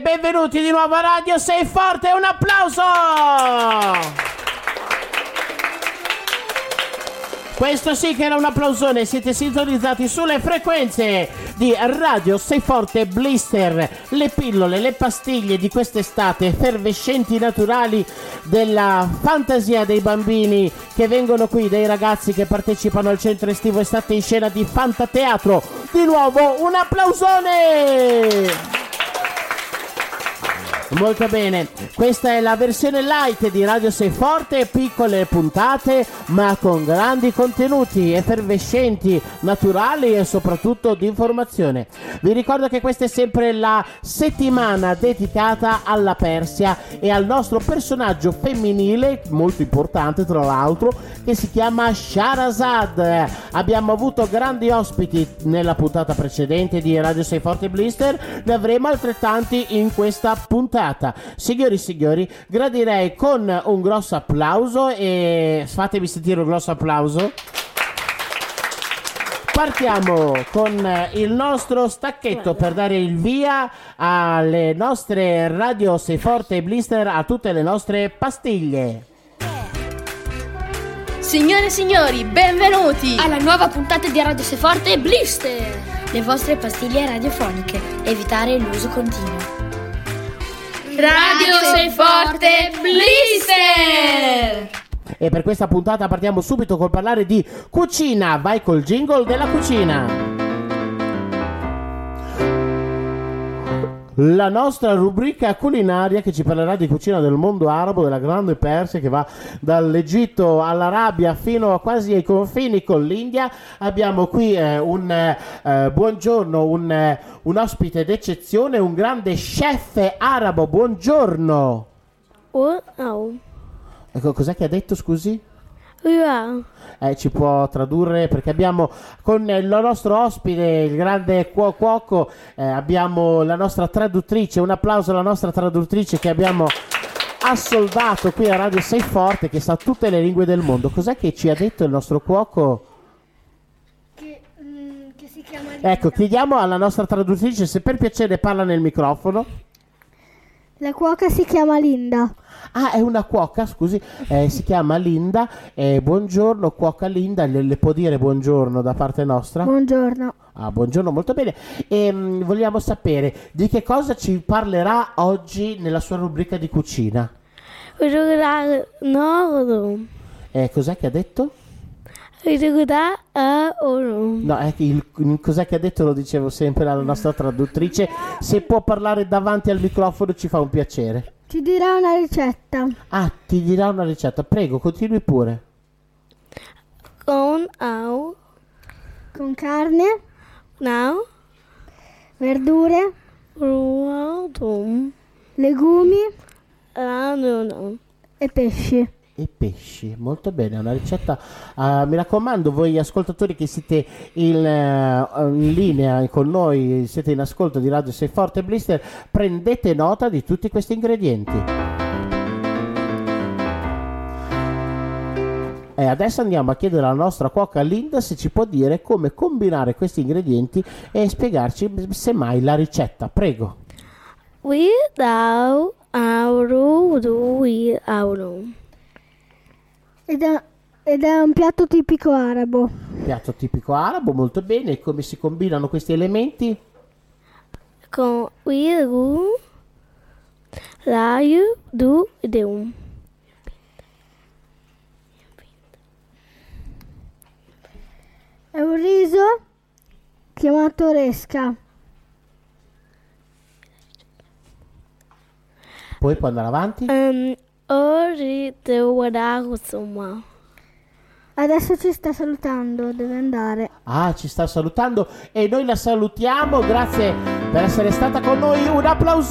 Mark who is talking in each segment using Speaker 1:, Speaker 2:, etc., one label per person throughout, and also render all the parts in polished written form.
Speaker 1: benvenuti di nuovo a Radio Sei Forte, un applauso! Questo sì che era un applausone, siete sintonizzati sulle frequenze di Radio Sei Forte Blister, le pillole, le pastiglie di quest'estate, effervescenti naturali della fantasia dei bambini che vengono qui, dei ragazzi che partecipano al centro estivo estate in scena di Fantateatro. Di nuovo un applausone! Molto bene, questa è la versione light di Radio Sei Forte, piccole puntate ma con grandi contenuti, effervescenti, naturali e soprattutto di informazione. Vi ricordo che questa è sempre la settimana dedicata alla Persia e al nostro personaggio femminile, molto importante tra l'altro, che si chiama Shahrazad. Abbiamo avuto grandi ospiti nella puntata precedente di Radio Sei Forte Blister, ne avremo altrettanti in questa puntata. Signori e signori, gradirei con un grosso applauso, e fatemi sentire un grosso applauso. Partiamo con il nostro stacchetto per dare il via alle nostre Radio Sei Forte Blister, a tutte le nostre pastiglie.
Speaker 2: Signore e signori, benvenuti
Speaker 3: alla nuova puntata di Radio Sei Forte Blister,
Speaker 4: le vostre pastiglie radiofoniche. Evitare l'uso continuo.
Speaker 2: Radio Sei Forte Blister!
Speaker 1: E per questa puntata partiamo subito col parlare di cucina. Vai col jingle della cucina. La nostra rubrica culinaria che ci parlerà di cucina del mondo arabo, della grande Persia che va dall'Egitto all'Arabia fino a quasi ai confini con l'India. Abbiamo qui buongiorno, un ospite d'eccezione, un grande chef arabo. Buongiorno. Ecco, cos'è che ha detto, scusi? Ci può tradurre, perché abbiamo con il nostro ospite, il grande cuoco, abbiamo la nostra traduttrice. Un applauso alla nostra traduttrice che abbiamo assoldato qui a Radio Sei Forte, che sa tutte le lingue del mondo. Cos'è che ci ha detto il nostro cuoco?
Speaker 3: Che si chiama Linda.
Speaker 1: Ecco, chiediamo alla nostra traduttrice se per piacere parla nel microfono.
Speaker 3: La cuoca si chiama Linda.
Speaker 1: Ah, è una cuoca, scusi, si chiama Linda. Buongiorno, cuoca Linda, le può dire buongiorno da parte nostra?
Speaker 3: Buongiorno.
Speaker 1: Ah, buongiorno, molto bene. Vogliamo sapere di che cosa ci parlerà oggi nella sua rubrica di cucina. Cos'è che ha detto? No, cos'è che ha detto lo dicevo sempre alla nostra traduttrice. Se può parlare davanti al microfono ci fa un piacere.
Speaker 3: Ti dirà una ricetta.
Speaker 1: Ah, ti dirà una ricetta. Prego, continui pure.
Speaker 3: Con carne, verdure, legumi e pesci.
Speaker 1: E pesci, molto bene, una ricetta. Mi raccomando, voi ascoltatori che siete in linea con noi, siete in ascolto di Radio Sei Forte Blister, prendete nota di tutti questi ingredienti. E adesso andiamo a chiedere alla nostra cuoca Linda se ci può dire come combinare questi ingredienti e spiegarci semmai la ricetta. Prego.
Speaker 3: Ed è un piatto tipico arabo.
Speaker 1: Piatto tipico arabo, molto bene. Come si combinano questi elementi?
Speaker 4: Con l'aglio, deum.
Speaker 3: È un riso chiamato resca.
Speaker 1: Poi può andare avanti?
Speaker 3: Adesso ci sta salutando, deve andare.
Speaker 1: Ah, ci sta salutando e noi la salutiamo. Grazie per essere stata con noi. Un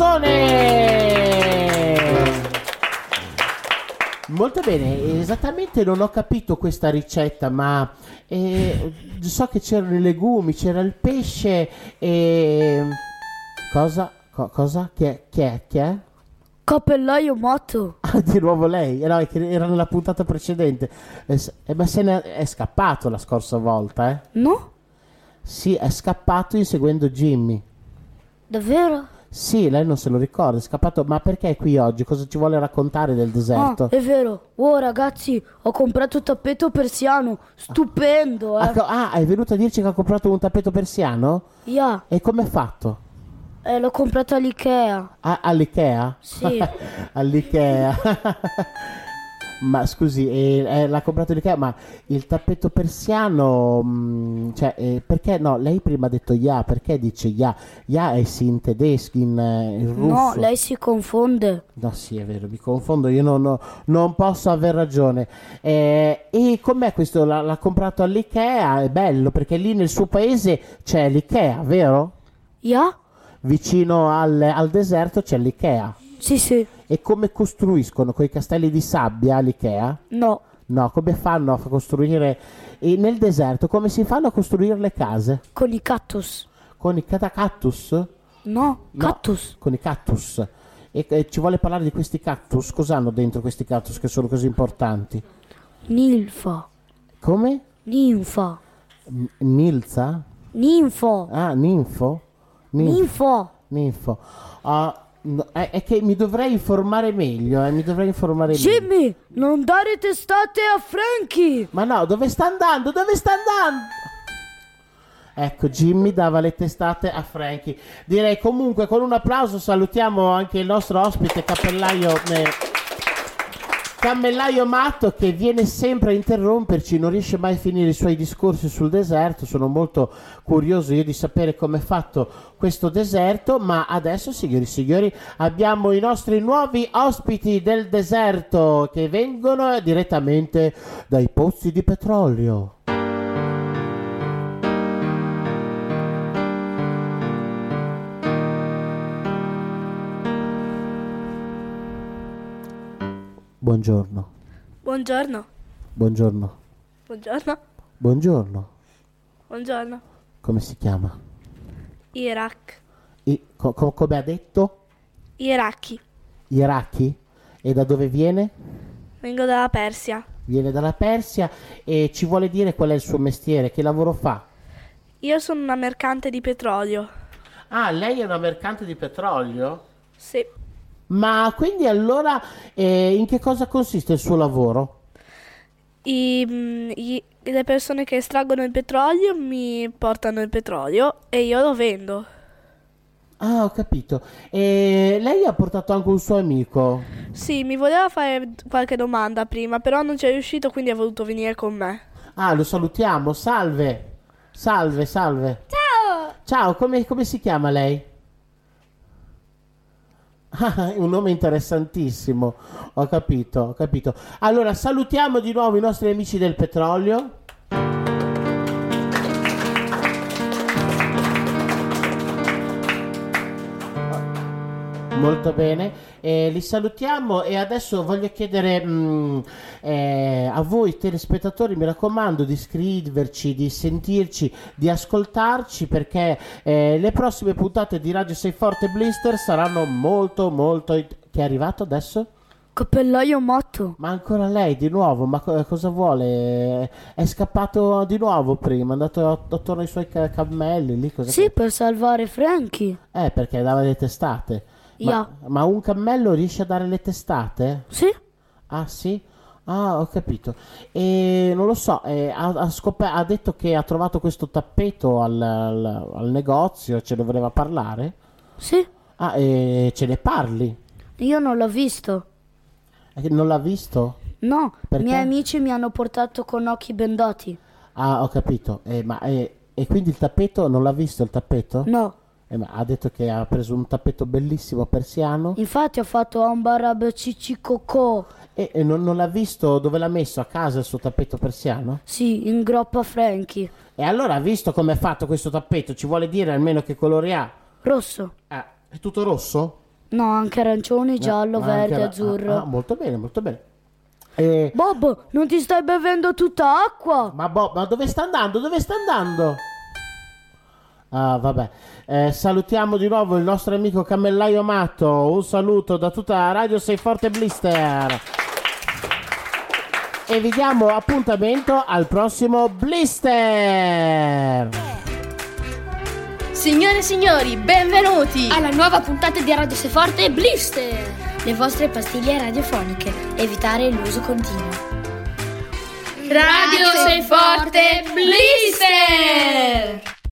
Speaker 1: applausone! Molto bene, esattamente non ho capito questa ricetta, ma so che c'erano i legumi, c'era il pesce e... Cosa? Chi è?
Speaker 4: Cappellaio matto.
Speaker 1: Ah, di nuovo lei? No, era nella puntata precedente. Ma se ne è scappato la scorsa volta, eh?
Speaker 4: No?
Speaker 1: Sì, è scappato inseguendo Jimmy.
Speaker 4: Davvero?
Speaker 1: Sì, lei non se lo ricorda, è scappato. Ma perché è qui oggi? Cosa ci vuole raccontare del deserto?
Speaker 5: È vero. Oh ragazzi, ho comprato un tappeto persiano. Stupendo,
Speaker 1: È venuto a dirci che ha comprato un tappeto persiano?
Speaker 5: Yeah.
Speaker 1: E com'è fatto?
Speaker 5: L'ho comprato all'Ikea.
Speaker 1: All'Ikea?
Speaker 5: Sì.
Speaker 1: All'Ikea. Ma scusi, l'ha comprato all'Ikea, ma il tappeto persiano, perché no? Lei prima ha detto ya, perché dice ya? Ya è sì in tedesco, in russo.
Speaker 5: No, lei si confonde.
Speaker 1: No, sì, è vero, mi confondo, io non posso aver ragione. E com'è questo? L'ha comprato all'Ikea? È bello, perché lì nel suo paese c'è l'Ikea, vero?
Speaker 5: Yeah?
Speaker 1: Vicino al deserto c'è l'Ikea.
Speaker 5: Sì.
Speaker 1: E come costruiscono? Coi castelli di sabbia l'Ikea?
Speaker 5: No.
Speaker 1: No, come fanno a costruire? E nel deserto come si fanno a costruire le case?
Speaker 5: Con i cactus.
Speaker 1: Con i cactus?
Speaker 5: No, cactus.
Speaker 1: Con i cactus. E ci vuole parlare di questi cactus? Cosa hanno dentro questi cactus che sono così importanti?
Speaker 5: Ninfa.
Speaker 1: Come?
Speaker 5: Ninfa.
Speaker 1: Milza?
Speaker 5: Ninfo.
Speaker 1: Ah, ninfo? Ninfo. No, è che mi dovrei informare meglio,
Speaker 5: Jimmy, non dare testate a Frankie.
Speaker 1: Ma no, dove sta andando? Ecco, Jimmy dava le testate a Frankie. Direi comunque con un applauso salutiamo anche il nostro ospite Cammellaio Matto, che viene sempre a interromperci, non riesce mai a finire i suoi discorsi sul deserto. Sono molto curioso io di sapere come è fatto questo deserto, ma adesso, signori e signori, abbiamo i nostri nuovi ospiti del deserto che vengono direttamente dai pozzi di petrolio. Buongiorno.
Speaker 2: Buongiorno.
Speaker 1: Buongiorno.
Speaker 2: Buongiorno.
Speaker 1: Buongiorno.
Speaker 2: Buongiorno.
Speaker 1: Come si chiama?
Speaker 2: Iraq.
Speaker 1: Come ha detto?
Speaker 2: Iraqi.
Speaker 1: Iraqi? E da dove viene?
Speaker 2: Vengo dalla Persia.
Speaker 1: Viene dalla Persia e ci vuole dire qual è il suo mestiere, che lavoro fa?
Speaker 2: Io sono una mercante di petrolio.
Speaker 1: Ah, lei è una mercante di petrolio?
Speaker 2: Sì.
Speaker 1: Ma quindi allora in che cosa consiste il suo lavoro?
Speaker 2: Le persone che estraggono il petrolio mi portano il petrolio e io lo vendo.
Speaker 1: Ah, ho capito. E lei ha portato anche un suo amico?
Speaker 2: Sì, mi voleva fare qualche domanda prima, però non ci è riuscito, quindi ha voluto venire con me.
Speaker 1: Ah, lo salutiamo. Salve. Salve.
Speaker 2: Ciao!
Speaker 1: Ciao, come si chiama lei? Ah, un nome interessantissimo. Ho capito. Allora, salutiamo di nuovo i nostri amici del petrolio. Molto bene, li salutiamo e adesso voglio chiedere a voi telespettatori, mi raccomando di iscriverci, di sentirci, di ascoltarci, perché le prossime puntate di Radio Sei Forte Blister saranno molto... Chi è arrivato adesso?
Speaker 5: Cappellaio Matto.
Speaker 1: Ma ancora lei di nuovo? Ma cosa vuole? È scappato di nuovo prima, è andato attorno ai suoi cammelli lì,
Speaker 5: Sì, per salvare Frankie.
Speaker 1: Perché dava le testate. Ma un cammello riesce a dare le testate?
Speaker 5: Sì.
Speaker 1: Ah, sì? Ah, ho capito. E non lo so, ha detto che ha trovato questo tappeto al negozio, ce ne voleva parlare?
Speaker 5: Sì.
Speaker 1: Ah, e ce ne parli?
Speaker 5: Io non l'ho visto.
Speaker 1: Non l'ha visto?
Speaker 5: No,
Speaker 1: perché?
Speaker 5: I miei amici mi hanno portato con occhi bendati.
Speaker 1: Ah, ho capito. E quindi il tappeto, non l'ha visto il tappeto?
Speaker 5: No.
Speaker 1: Ma ha detto che ha preso un tappeto bellissimo persiano.
Speaker 5: Infatti ho fatto ambarab cicicocò.
Speaker 1: E non l'ha visto dove l'ha messo? A casa il suo tappeto persiano?
Speaker 5: Sì, in groppa Frankie.
Speaker 1: E allora ha visto come è fatto questo tappeto? Ci vuole dire almeno che colore ha?
Speaker 5: Rosso.
Speaker 1: È tutto rosso?
Speaker 5: No, anche arancione, giallo, verde, azzurro.
Speaker 1: Molto bene.
Speaker 5: Bob, non ti stai bevendo tutta acqua?
Speaker 1: Ma Bob, ma dove sta andando? Ah, vabbè. Salutiamo di nuovo il nostro amico Cammellaio Matto. Un saluto da tutta la Radio Sei Forte Blister. E vi diamo appuntamento al prossimo Blister.
Speaker 6: Signore e signori, benvenuti
Speaker 4: alla nuova puntata di Radio Sei Forte Blister, le vostre pastiglie radiofoniche. Evitare l'uso continuo.
Speaker 6: Radio Sei Forte Blister.